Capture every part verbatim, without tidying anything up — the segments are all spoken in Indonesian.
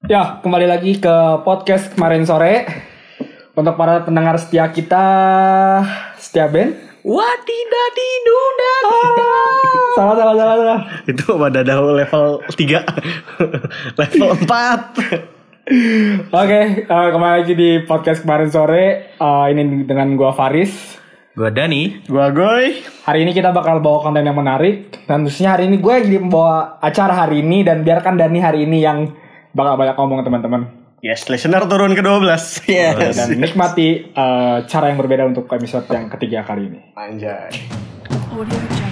Ya, kembali lagi ke podcast kemarin sore. Untuk para pendengar setia kita, setia band. Wadidadi dudan. Salah, salah, salah, salah. Itu wadadahu level tiga. Level empat. Oke, uh, kembali lagi di podcast kemarin sore. uh, Ini dengan gua Faris, Gua Dani, Gua Goy. Hari ini kita bakal bawa konten yang menarik. Dan khususnya hari ini gue jadi membawa acara hari ini. Dan biarkan Dani hari ini yang bakal banyak ngomong teman-teman. Yes, listener turun ke dua belas. Yes. Dan nikmati uh, cara yang berbeda untuk episode yang ketiga kali ini. Anjay. Audio Jungle.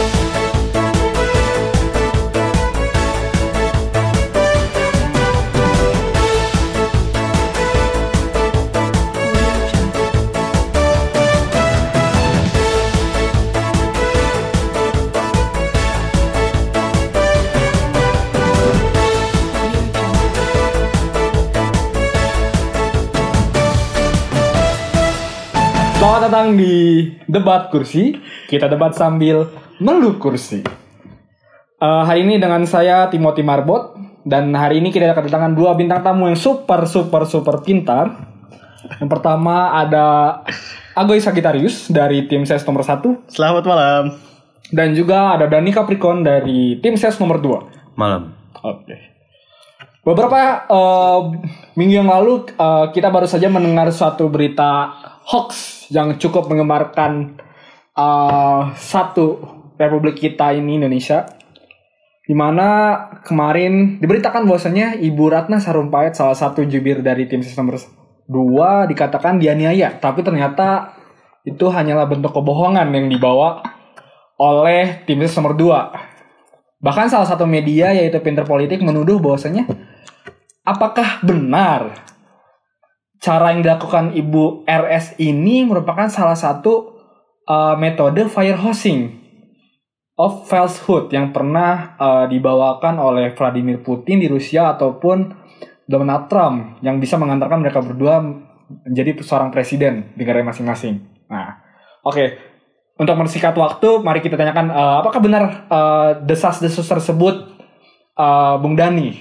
Selamat datang di Debat Kursi. Kita debat sambil meluk kursi. uh, Hari ini dengan saya Timothy Marbot. Dan hari ini kita akan kedatangan dua bintang tamu yang super super super pintar. Yang pertama ada Agoy Sagittarius dari tim S E S nomor satu. Selamat malam. Dan juga ada Dani Capricorn dari tim S E S nomor dua. malam. Oke okay. Beberapa uh, minggu yang lalu uh, kita baru saja mendengar suatu berita hoax yang cukup menggemarkan uh, satu republik kita ini, Indonesia, di mana kemarin diberitakan bahwasanya Ibu Ratna Sarumpait, salah satu jubir dari tim S E S nomor dua, dikatakan dianiaya. Tapi ternyata itu hanyalah bentuk kebohongan yang dibawa oleh tim S E S nomor dua. Bahkan salah satu media, yaitu Pinter Politik, menuduh bahwasanya apakah benar cara yang dilakukan Ibu R S ini merupakan salah satu uh, metode firehosing of falsehood yang pernah uh, dibawakan oleh Vladimir Putin di Rusia ataupun Donald Trump yang bisa mengantarkan mereka berdua menjadi seorang presiden di negara masing-masing. Nah, oke. Okay. Untuk mempersingkat waktu, mari kita tanyakan uh, apakah benar uh, desas-desus tersebut, uh, Bung Dani?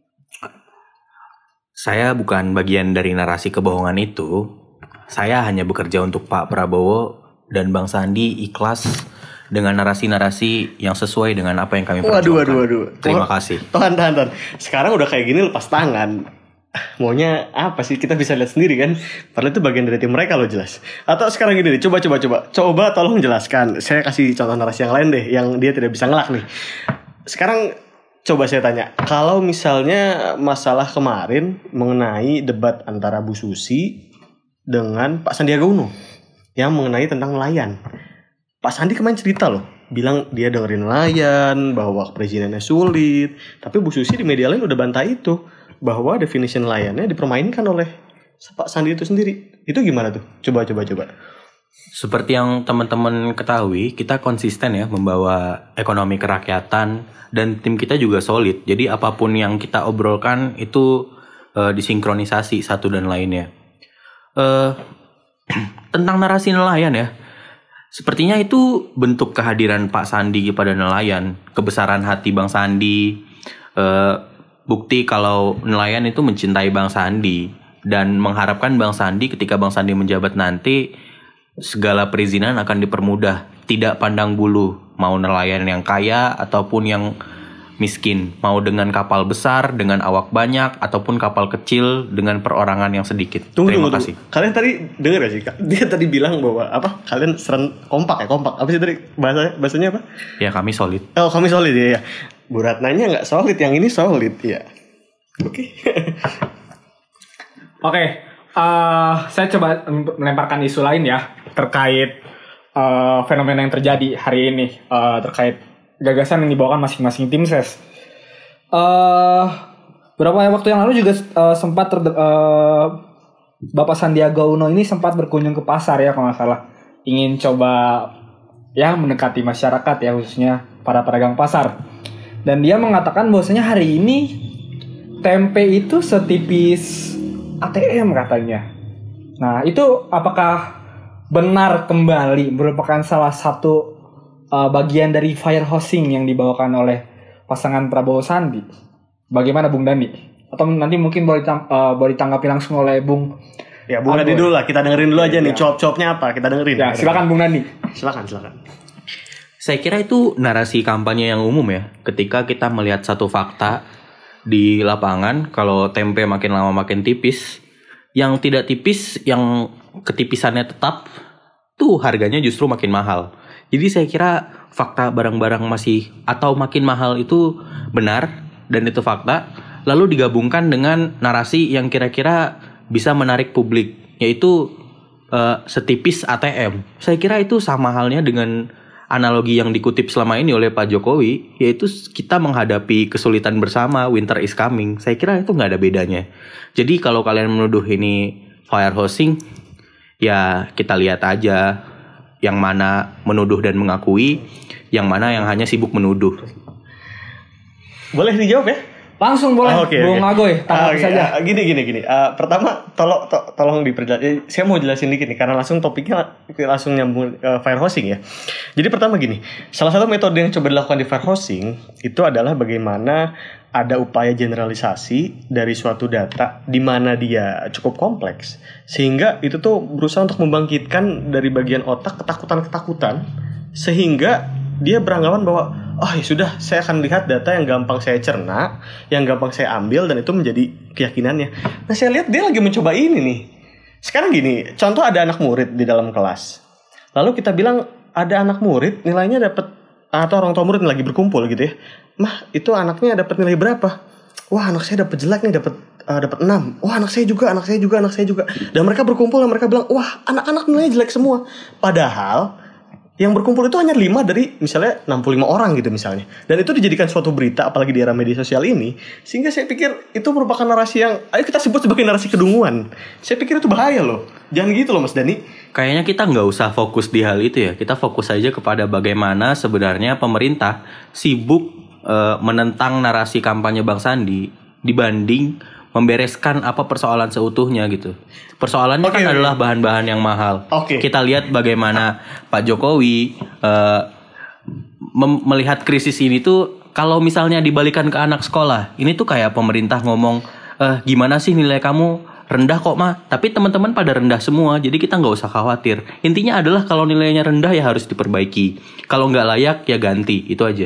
Saya bukan bagian dari narasi kebohongan itu. Saya hanya bekerja untuk Pak Prabowo dan Bang Sandi ikhlas dengan narasi-narasi yang sesuai dengan apa yang kami perjuangkan. Waduh, waduh, waduh. Terima kasih. Tahan, tahan, tahan. Sekarang udah kayak gini lepas tangan. Maunya apa sih? Kita bisa lihat sendiri kan. Padahal itu bagian dari tim mereka loh, jelas. Atau sekarang gini deh, coba coba coba Coba tolong jelaskan. Saya kasih contoh narasi yang lain deh, yang dia tidak bisa ngelak nih. Sekarang coba saya tanya, kalau misalnya masalah kemarin mengenai debat antara Bu Susi dengan Pak Sandiaga Uno yang mengenai tentang nelayan. Pak Sandi kemarin cerita loh, bilang dia dengerin nelayan, bahwa presidennya sulit. Tapi Bu Susi di media lain udah bantah itu, bahwa definisi nelayannya dipermainkan oleh Pak Sandi itu sendiri. Itu gimana tuh? Coba, coba, coba. Seperti yang teman-teman ketahui, kita konsisten ya membawa ekonomi kerakyatan dan tim kita juga solid. Jadi apapun yang kita obrolkan itu uh, disinkronisasi satu dan lainnya. Uh, tentang narasi nelayan ya. Sepertinya itu bentuk kehadiran Pak Sandi kepada nelayan, kebesaran hati Bang Sandi, uh, bukti kalau nelayan itu mencintai Bang Sandi dan mengharapkan Bang Sandi ketika Bang Sandi menjabat nanti segala perizinan akan dipermudah, tidak pandang bulu, mau nelayan yang kaya ataupun yang miskin, mau dengan kapal besar dengan awak banyak ataupun kapal kecil dengan perorangan yang sedikit. Tunggu, Terima tunggu, kasih. Tunggu. Kalian tadi dengar gak sih? Dia tadi bilang bahwa apa? Kalian seren kompak ya, kompak. Apa sih tadi bahasanya? Bahasanya apa? Ya kami solid. Oh, kami solid ya. Ya. Bu Ratnanya nggak solid, yang ini solid ya. Oke. Oke, uh, saya coba melemparkan isu lain ya terkait uh, fenomena yang terjadi hari ini, uh, terkait gagasan yang dibawakan masing-masing tim S E S. Uh, beberapa waktu yang lalu juga uh, sempat ter, uh, Bapak Sandiaga Uno ini sempat berkunjung ke pasar ya kalau nggak salah, ingin coba ya mendekati masyarakat ya, khususnya para pedagang pasar. Dan dia mengatakan bahwasanya hari ini tempe itu setipis A T M katanya. Nah, itu apakah benar kembali merupakan salah satu uh, bagian dari firehosing yang dibawakan oleh pasangan Prabowo Sandi? Bagaimana Bung Dani? atau nanti mungkin boleh ditang- uh, boleh ditanggapi langsung oleh Bung. Ya Bung Nandi dulu lah, kita dengerin dulu aja nih cuap-cuapnya apa, kita dengerin. Ya, silakan Bung Nandi. Silakan, silakan. Saya kira itu narasi kampanye yang umum ya. Ketika kita melihat satu fakta di lapangan, kalau tempe makin lama makin tipis, yang tidak tipis, yang ketipisannya tetap, tuh harganya justru makin mahal. Jadi saya kira fakta barang-barang masih atau makin mahal itu benar dan itu fakta. Lalu digabungkan dengan narasi yang kira-kira bisa menarik publik, yaitu uh, setipis A T M. Saya kira itu sama halnya dengan analogi yang dikutip selama ini oleh Pak Jokowi, yaitu kita menghadapi kesulitan bersama, winter is coming. Saya kira itu nggak ada bedanya. Jadi kalau kalian menuduh ini fire hosting, ya kita lihat aja yang mana menuduh dan mengakui, yang mana yang hanya sibuk menuduh. Boleh dijawab ya? Langsung boleh, oh, okay, Bung okay. Agoy, tanggapi okay. saja. Uh, gini, gini, gini. Uh, pertama, tolong, to- tolong diperjelas. Eh, saya mau jelasin dikit nih, karena langsung topiknya langsung nyambung uh, fire hosting ya. Jadi pertama gini, salah satu metode yang coba dilakukan di fire hosting itu adalah bagaimana ada upaya generalisasi dari suatu data di mana dia cukup kompleks, sehingga itu tuh berusaha untuk membangkitkan dari bagian otak ketakutan-ketakutan, sehingga dia beranggapan bahwa oh ya sudah, saya akan lihat data yang gampang saya cerna, yang gampang saya ambil, dan itu menjadi keyakinannya. Nah saya lihat dia lagi mencoba ini nih. Sekarang gini, contoh ada anak murid di dalam kelas. Lalu kita bilang ada anak murid nilainya dapat, atau orang tua murid lagi berkumpul gitu ya. Mah itu anaknya dapat nilai berapa? Wah anak saya dapat jelek nih, dapat uh, dapat enam. Wah anak saya juga, anak saya juga, anak saya juga. Dan mereka berkumpul dan mereka bilang wah anak-anak nilainya jelek semua. Padahal yang berkumpul itu hanya lima dari misalnya enam puluh lima orang gitu misalnya. Dan itu dijadikan suatu berita apalagi di era media sosial ini. Sehingga saya pikir itu merupakan narasi yang ayo kita sebut sebagai narasi kedunguan. Saya pikir itu bahaya loh. Jangan gitu loh Mas Dani. Kayaknya kita nggak usah fokus di hal itu ya. Kita fokus aja kepada bagaimana sebenarnya pemerintah sibuk e, menentang narasi kampanye Bang Sandi dibanding membereskan apa persoalan seutuhnya gitu. Persoalannya okay, kan okay. adalah bahan-bahan yang mahal. Okay. Kita lihat bagaimana Pak Jokowi uh, mem- melihat krisis ini tuh kalau misalnya dibalikan ke anak sekolah, ini tuh kayak pemerintah ngomong, eh, gimana sih nilai kamu rendah kok mah, tapi teman-teman pada rendah semua, jadi kita nggak usah khawatir. Intinya adalah kalau nilainya rendah ya harus diperbaiki. Kalau nggak layak ya ganti, itu aja.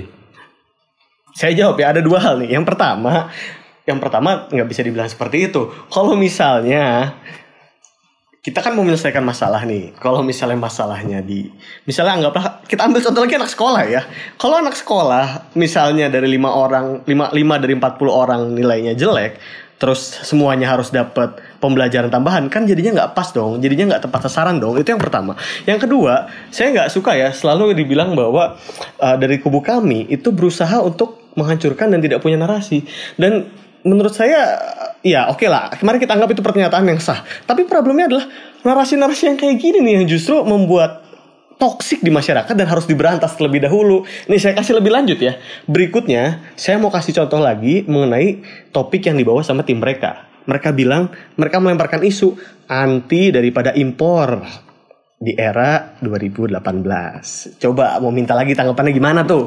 Saya jawab ya, ada dua hal nih. Yang pertama. Yang pertama nggak bisa dibilang seperti itu. Kalau misalnya kita kan mau menyelesaikan masalah nih. Kalau misalnya masalahnya di, misalnya anggaplah kita ambil contoh lagi anak sekolah ya. Kalau anak sekolah misalnya dari lima orang, lima lima dari empat puluh orang nilainya jelek, terus semuanya harus dapat pembelajaran tambahan, kan jadinya nggak pas dong, jadinya nggak tepat sasaran dong. Itu yang pertama. Yang kedua, saya nggak suka ya selalu dibilang bahwa uh, dari kubu kami itu berusaha untuk menghancurkan dan tidak punya narasi. Dan menurut saya, ya oke okay lah, kemarin kita anggap itu pernyataan yang sah. Tapi problemnya adalah narasi-narasi yang kayak gini nih yang justru membuat toksik di masyarakat dan harus diberantas terlebih dahulu. Nih saya kasih lebih lanjut ya. Berikutnya, saya mau kasih contoh lagi mengenai topik yang dibawa sama tim mereka. Mereka bilang, mereka melemparkan isu anti daripada impor di era dua ribu delapan belas. Coba mau minta lagi tanggapannya gimana tuh?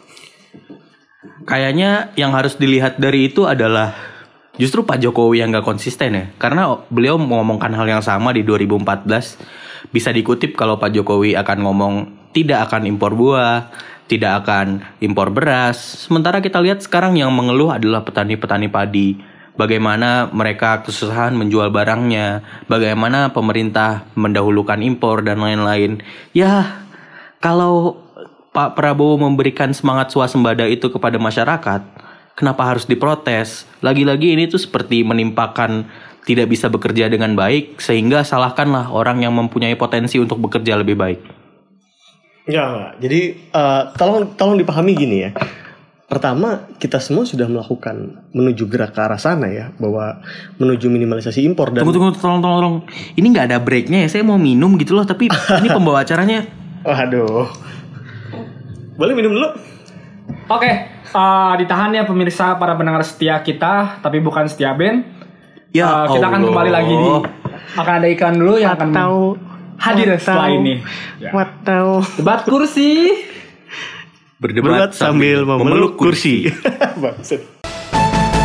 Kayaknya yang harus dilihat dari itu adalah justru Pak Jokowi yang gak konsisten ya. Karena beliau mengomongkan hal yang sama di dua ribu empat belas. Bisa dikutip kalau Pak Jokowi akan ngomong tidak akan impor buah, tidak akan impor beras. Sementara kita lihat sekarang yang mengeluh adalah petani-petani padi. Bagaimana mereka kesusahan menjual barangnya, bagaimana pemerintah mendahulukan impor dan lain-lain. Ya, kalau Pak Prabowo memberikan semangat swasembada itu kepada masyarakat, kenapa harus diprotes? Lagi-lagi ini tuh seperti menimpakan tidak bisa bekerja dengan baik, sehingga salahkanlah orang yang mempunyai potensi untuk bekerja lebih baik. Ya, jadi uh, tolong tolong dipahami gini ya. Pertama, kita semua sudah melakukan menuju gerak ke arah sana ya, bahwa menuju minimalisasi impor dan tunggu tunggu tolong tolong tolong. Ini nggak ada breaknya ya, saya mau minum gitu loh, tapi ini pembawa acaranya. Waduh. Boleh minum dulu? Oke, uh, ditahan ya pemirsa para pendengar setia kita, tapi bukan setia band. Ya, uh, kita akan kembali lagi di, akan ada iklan dulu yang akan Watau, hadir watau, setelah ini. Ya. Watau. Debat kursi. Berdebat sambil memeluk kursi.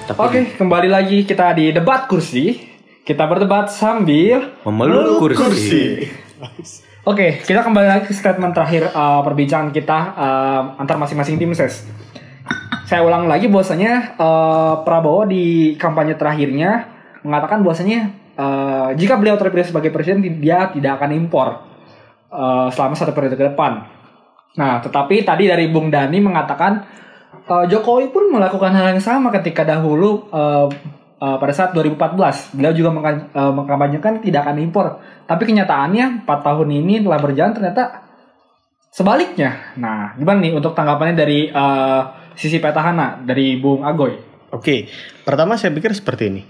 Tapi Oke, kembali lagi kita di debat kursi. Kita berdebat sambil memeluk kursi. Oke, kita kembali lagi ke statement terakhir uh, perbincangan kita uh, antar masing-masing tim ses. Saya ulang lagi bahwasanya uh, Prabowo di kampanye terakhirnya mengatakan bahwasanya uh, jika beliau terpilih sebagai presiden dia tidak akan impor uh, selama satu periode ke depan. Nah, tetapi tadi dari Bung Dani mengatakan Uh, Jokowi pun melakukan hal yang sama ketika dahulu uh, uh, pada saat dua ribu empat belas beliau juga mengka- uh, mengkampanyekan tidak akan impor. Tapi kenyataannya empat tahun ini telah berjalan ternyata sebaliknya. Nah, gimana nih untuk tanggapannya dari uh, sisi petahana dari Bung Agoy? Oke, pertama saya pikir seperti ini.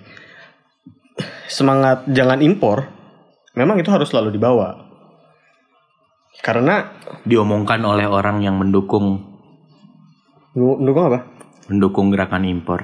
Semangat jangan impor memang itu harus selalu dibawa. Karena Diomongkan oleh orang yang mendukung mendukung apa? mendukung gerakan impor.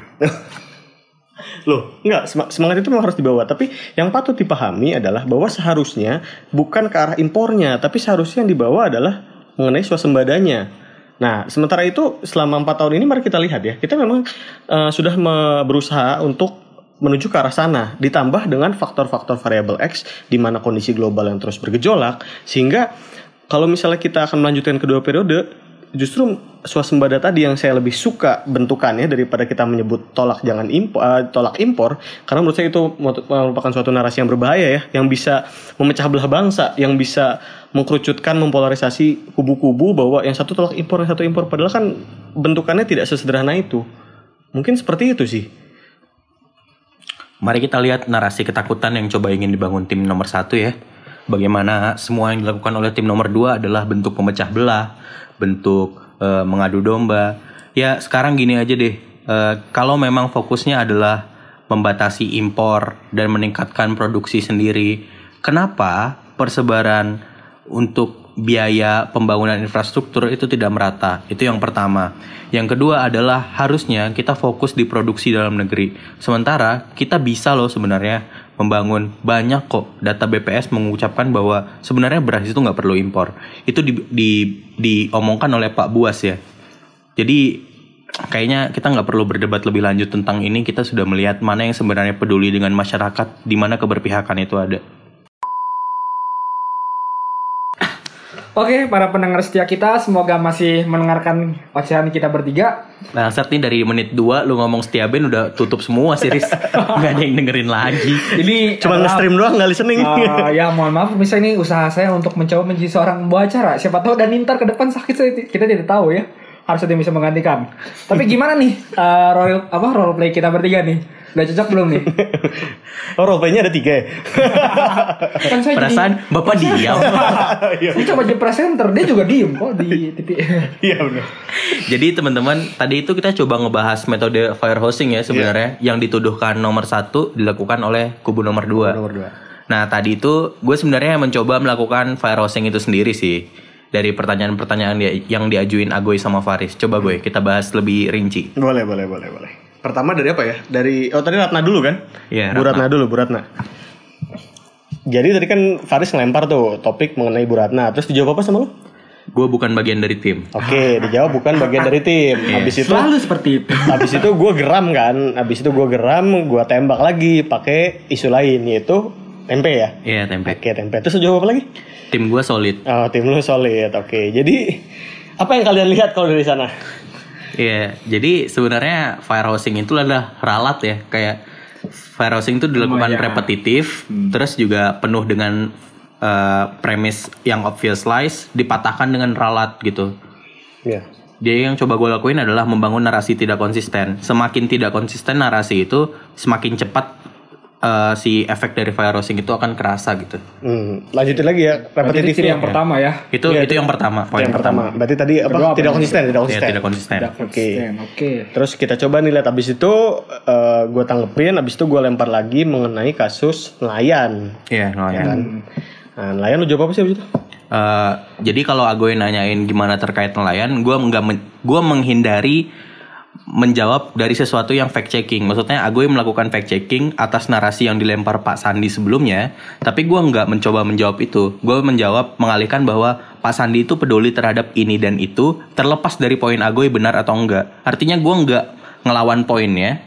Loh, enggak, semangat itu memang harus dibawa. Tapi yang patut dipahami adalah bahwa seharusnya bukan ke arah impornya, tapi seharusnya yang dibawa adalah mengenai swasembadanya. Nah, sementara itu selama empat tahun ini mari kita lihat ya, kita memang uh, sudah me- berusaha untuk menuju ke arah sana, ditambah dengan faktor-faktor variabel X di mana kondisi global yang terus bergejolak, sehingga kalau misalnya kita akan melanjutkan kedua periode, justru swasembada tadi yang saya lebih suka bentukannya daripada kita menyebut tolak jangan impor, uh, tolak impor, karena menurut saya itu merupakan suatu narasi yang berbahaya ya, yang bisa memecah belah bangsa, yang bisa mengkerucutkan, mempolarisasi kubu-kubu bahwa yang satu tolak impor, yang satu impor, padahal kan bentukannya tidak sesederhana itu. Mungkin seperti itu sih. Mari kita lihat narasi ketakutan yang coba ingin dibangun tim nomor satu ya. Bagaimana semua yang dilakukan oleh tim nomor dua adalah bentuk pemecah belah, bentuk uh, mengadu domba. Ya sekarang gini aja deh, uh, kalau memang fokusnya adalah membatasi impor dan meningkatkan produksi sendiri, kenapa persebaran untuk biaya pembangunan infrastruktur itu tidak merata? Itu yang pertama. Yang kedua adalah harusnya kita fokus di produksi dalam negeri. Sementara kita bisa loh sebenarnya membangun banyak kok. Data B P S mengucapkan bahwa sebenarnya beras itu nggak perlu impor. Itu di, di, diomongkan oleh Pak Buas ya. Jadi kayaknya kita nggak perlu berdebat lebih lanjut tentang ini. Kita sudah melihat mana yang sebenarnya peduli dengan masyarakat, di mana keberpihakan itu ada. Oke, para pendengar setia kita, semoga masih mendengarkan ocehan kita bertiga. Nah, saat ini dari menit dua lu ngomong setia band udah tutup semua series. Gak ada yang dengerin lagi. Ini Cuma nge-stream doang, gak listening. Uh, ya mohon maaf, misalnya ini usaha saya untuk mencoba menjadi seorang pembawa acara. Siapa tahu dan ntar ke depan sakit, saya kita tidak tahu ya. Harus ada yang bisa menggantikan. Tapi gimana nih uh, role apa role play kita bertiga nih? Udah cocok belum nih? Oh, role-playnya ada tiga ya? Kan saya Perasaan jadi, Bapak diam. saya coba jadi presenter, dia juga diem kok di T V. Iya benar. Jadi teman-teman, tadi itu kita coba ngebahas metode fire hosting ya sebenarnya, yeah. Yang dituduhkan nomor satu dilakukan oleh kubu nomor dua. Nomor dua. Nah tadi itu gue sebenarnya mencoba melakukan fire hosting itu sendiri sih, dari pertanyaan-pertanyaan yang diajuin Agoy sama Faris. Coba gue kita bahas lebih rinci. Boleh, boleh, boleh, boleh. Pertama dari apa ya? Dari oh tadi Ratna dulu kan? Iya. Bu Ratna dulu, Bu Ratna. Jadi tadi kan Faris ngelempar tuh topik mengenai Bu Ratna. Terus dijawab apa sama lu? Gue bukan bagian dari tim. Oke, dijawab bukan bagian dari tim. Habis itu Selalu seperti itu. habis itu gue geram kan. Habis itu gue geram, gue tembak lagi pakai isu lain yaitu tempe ya. Iya, tempe. Oke, tempe. Terus jawab apa lagi? Tim gue solid. Oh, tim lu solid. Oke. Jadi apa yang kalian lihat kalau dari sana? Iya, jadi sebenarnya fire hosting itu adalah ralat ya, kayak fire hosting itu dilakukan oh, ya. repetitif, hmm. terus juga penuh dengan uh, premis yang obvious lies, dipatahkan dengan ralat gitu. Iya. Dia yang coba gue lakuin adalah membangun narasi tidak konsisten. Semakin tidak konsisten narasi itu, semakin cepat uh, si efek dari fire hosting itu akan kerasa gitu. Hmm. Lanjutin lagi ya, repetitif itu yang pertama ya. Itu ya, itu yang pertama, poin yang pertama. pertama. Berarti tadi apa? Kedua, Tidak apa? konsisten, tidak Ya, konsisten. tidak konsisten. Oke. Oke. Oke. Terus kita coba nih lihat abis itu uh, gue tanggepin, abis itu gue lempar lagi mengenai kasus nelayan. Iya, nelayan. Kan? Nah, nelayan lu jawab apa sih abis itu? Uh, jadi kalau Agoy nanyain gimana terkait nelayan, gue nggak men- gue menghindari menjawab dari sesuatu yang fact checking. Maksudnya Agoy melakukan fact checking atas narasi yang dilempar Pak Sandi sebelumnya, tapi gue nggak mencoba menjawab itu. Gue menjawab mengalihkan bahwa Pak Sandi itu peduli terhadap ini dan itu, terlepas dari poin Agoy benar atau enggak. Artinya gue nggak ngelawan poinnya,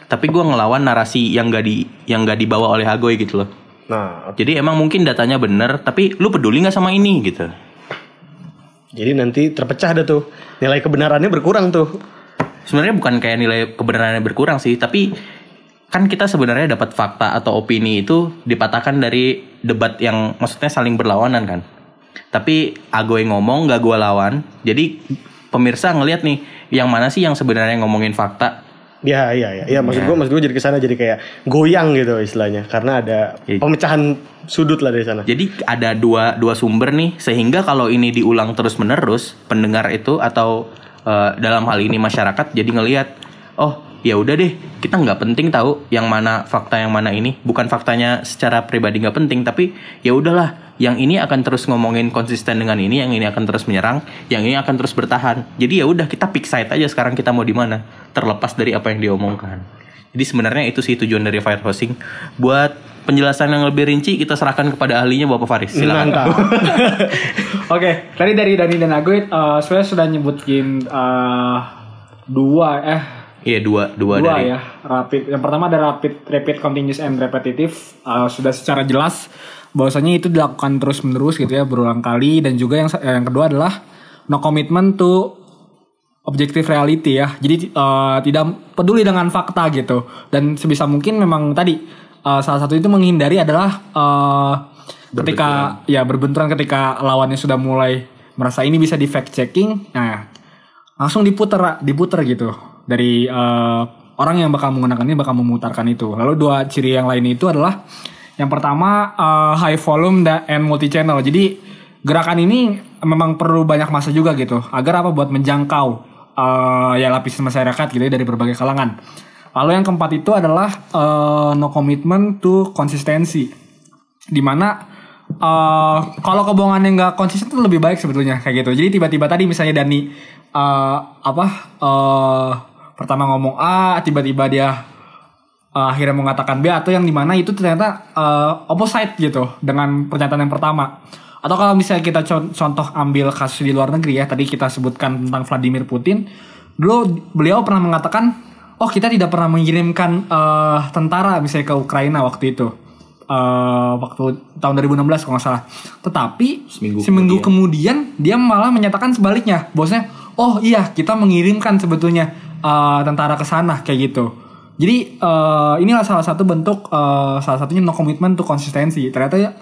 tapi gue ngelawan narasi yang gak di yang gak dibawa oleh Agoy gitu loh. Nah, Jadi emang mungkin datanya bener, tapi lu peduli nggak sama ini gitu. jadi nanti terpecah dah tuh. Nilai kebenarannya berkurang tuh. Sebenarnya bukan kayak nilai kebenarannya berkurang sih, tapi kan kita sebenarnya dapat fakta atau opini itu dipatahkan dari debat yang maksudnya saling berlawanan kan. Tapi Agoy ngomong gak gue lawan, jadi pemirsa ngelihat nih yang mana sih yang sebenarnya ngomongin fakta. Ya, iya, iya, ya, maksud gue, maksud gue jadi kesana jadi kayak goyang gitu istilahnya, karena ada pemecahan sudut lah dari sana. Jadi ada dua dua sumber nih, sehingga kalau ini diulang terus menerus, pendengar itu atau uh, dalam hal ini masyarakat jadi ngelihat, oh ya udah deh, kita nggak penting tahu yang mana fakta yang mana ini, bukan faktanya secara pribadi nggak penting, tapi ya udahlah, yang ini akan terus ngomongin konsisten dengan ini, yang ini akan terus menyerang, yang ini akan terus bertahan. Jadi ya udah, kita pick side aja sekarang, kita mau di mana, terlepas dari apa yang diomongkan. Jadi sebenarnya itu sih tujuan dari firehosing. Buat penjelasan yang lebih rinci kita serahkan kepada ahlinya Bapak Faris. Silakan. Oke, tadi dari Dani dan Agoy uh, sebenarnya sudah nyebutin uh, dua eh Iya dua dua, dua dari ya rapid. Yang pertama ada rapid rapid continuous and repetitive, uh, sudah secara jelas bahwasanya itu dilakukan terus menerus gitu ya, berulang kali. Dan juga yang yang kedua adalah no commitment to objective reality ya. Jadi uh, tidak peduli dengan fakta gitu. Dan sebisa mungkin memang tadi uh, salah satu itu menghindari adalah uh, ketika ya berbenturan ketika lawannya sudah mulai merasa ini bisa di fact checking, nah langsung diputer diputer gitu dari uh, orang yang bakal menggunakan ini bakal memutarkan itu. Lalu dua ciri yang lain itu adalah yang pertama uh, high volume dan multi channel. Jadi gerakan ini memang perlu banyak massa juga gitu agar apa buat menjangkau uh, ya lapisan masyarakat gitu ya, dari berbagai kalangan. Lalu yang keempat itu adalah uh, no commitment to konsistensi. Dimana uh, kalau kebohongannya nggak konsisten itu lebih baik sebetulnya kayak gitu. Jadi tiba-tiba tadi misalnya Dani uh, apa uh, pertama ngomong A, tiba-tiba dia uh, akhirnya mengatakan B, atau yang dimana itu ternyata uh, opposite gitu dengan pernyataan yang pertama. Atau kalau misalnya kita contoh ambil kasus di luar negeri ya, tadi kita sebutkan tentang Vladimir Putin, dulu beliau pernah mengatakan, oh kita tidak pernah mengirimkan uh, tentara misalnya ke Ukraina waktu itu, uh, waktu tahun dua ribu enam belas kalau nggak salah. Tetapi seminggu, seminggu kemudian. kemudian dia malah menyatakan sebaliknya, bosnya, oh iya kita mengirimkan sebetulnya uh, tentara ke sana kayak gitu. Jadi uh, inilah salah satu bentuk uh, salah satunya no commitment to konsistensi. Ternyata ya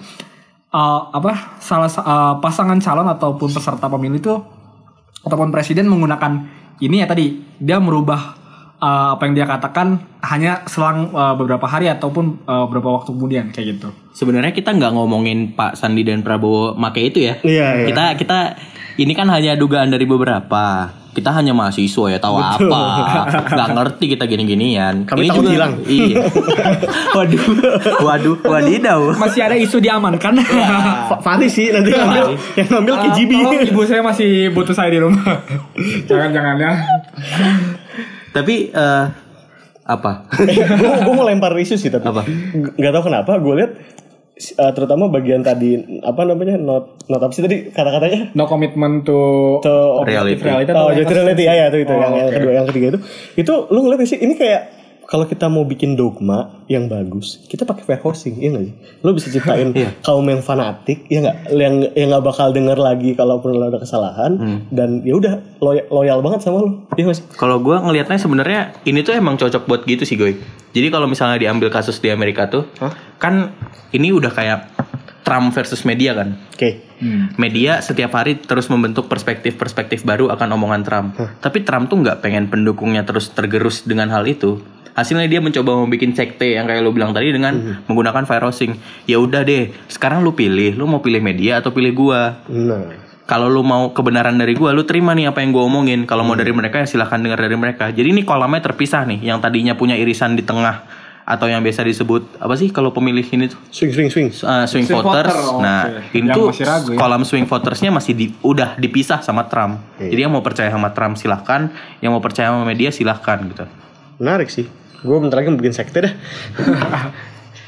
Uh, apa salah uh, pasangan calon ataupun peserta pemilu itu ataupun presiden menggunakan ini ya tadi dia merubah uh, apa yang dia katakan hanya selang uh, beberapa hari ataupun uh, beberapa waktu kemudian kayak gitu. Sebenarnya kita nggak ngomongin Pak Sandi dan Prabowo make itu ya. Iya, iya. Kita kita ini kan hanya dugaan dari beberapa. Kita hanya mahasiswa ya, tahu apa, nggak ngerti kita gini-ginian. Kami ini takut juga hilang. Iya. Waduh, waduh, wadidaw. Masih ada isu diamankan. Fatih sih nanti ngambil yang ngambil K G B. Uh, ibu saya masih butuh saya di rumah. Jangan-jangan ya. Tapi uh, apa? Gue mau lempar isu sih tapi. Apa? Gak tau kenapa gue lihat uh, terutama bagian tadi apa namanya not not apa sih tadi kata-katanya No commitment to, to reality. reality. Oh, jadi reality ya, ya itu itu Oh, yang, yang okay. kedua yang ketiga itu. Itu lu ngeliat gak sih ini kayak kalau kita mau bikin dogma yang bagus, kita pakai fair hosting, iya nggak sih? Lo bisa ciptain kaum yang fanatik, ya nggak, yang yang nggak bakal denger lagi kalaupun lo ada kesalahan, hmm. dan ya udah loyal, loyal banget sama lo, iya nggak sih? Kalau gue ngelihatnya sebenarnya ini tuh emang cocok buat gitu sih Goy. Jadi kalau misalnya diambil kasus di Amerika tuh, huh? kan ini udah kayak Trump versus media kan. Oke. Okay. Hmm. Media setiap hari terus membentuk perspektif-perspektif baru akan omongan Trump. Huh? Tapi Trump tuh nggak pengen pendukungnya terus tergerus dengan hal itu. Hasilnya dia mencoba membuat sekte yang kayak lo bilang tadi dengan hmm. menggunakan firehosting. Ya udah deh, sekarang lu pilih, lu mau pilih media atau pilih gua. Nah. Kalau lu mau kebenaran dari gua, lu terima nih apa yang gua omongin. Kalau hmm. mau dari mereka ya silahkan dengar dari mereka. Jadi ini kolamnya terpisah nih, yang tadinya punya irisan di tengah atau yang biasa disebut apa sih kalau pemilih ini tuh? Swing swing swing. Uh, swing, swing voters. Voter. Oh, nah, okay. Itu ragu, ya? Kolam swing votersnya masih di, udah dipisah sama Trump. Okay. Jadi yang mau percaya sama Trump silahkan, yang mau percaya sama media silahkan gitu. Menarik sih. Gue bentar lagi mau bikin sekte dah.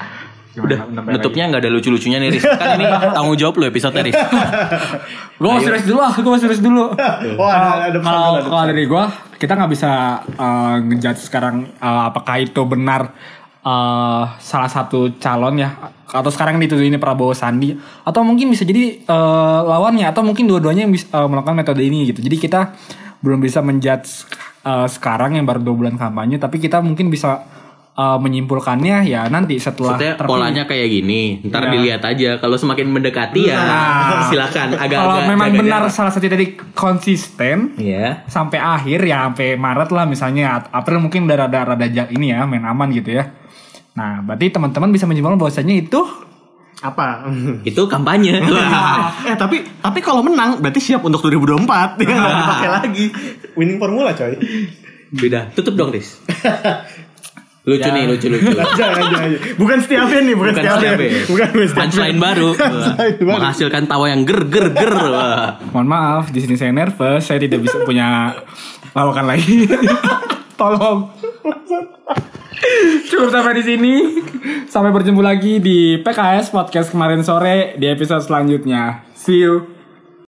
Udah, nutupnya nggak ada lucu-lucunya nih Riz. Kan ini tanggung jawab lu episode Riz. Gue mau serius dulu ah, gue mau serius dulu. Wah, ada Kalau kalau dari gue, kita nggak bisa uh, ngejudge sekarang uh, apakah itu benar uh, salah satu calon ya, atau sekarang dituduh ini Prabowo Sandi, atau mungkin bisa jadi uh, lawannya, atau mungkin dua-duanya yang bisa uh, melakukan metode ini gitu. Jadi kita belum bisa menjudge uh, sekarang yang baru dua bulan kampanye, tapi kita mungkin bisa Uh, menyimpulkannya ya nanti setelah terpilih. Polanya kayak gini, ntar ya. Dilihat aja. Kalau semakin mendekati ya nah, silakan agak-agak. Kalau memang benar jaga. Salah satu tadi konsisten, ya. Sampai akhir ya, sampai Maret lah misalnya, April mungkin udah rada rada ini ya, main aman gitu ya. Nah, berarti teman-teman bisa menyimpulkan bahwasanya itu apa? Itu kampanye. eh tapi tapi kalau menang berarti siap untuk dua ribu dua puluh empat. Ya enggak dipakai lagi. Winning formula coy. Beda. Tutup dong, Riz. Lucu ya. nih, lucu-lucu. jangan, jangan. Bukan Setiaben nih, bukan, bukan Setiaben. Bukan Setiaben. Punchline baru. Menghasilkan tawa yang ger ger ger. Mohon maaf, di sini saya nervous, saya tidak bisa punya lawakan lagi. Tolong. Cukup sampai di sini. Sampai berjumpa lagi di P K S Podcast kemarin sore di episode selanjutnya. See you.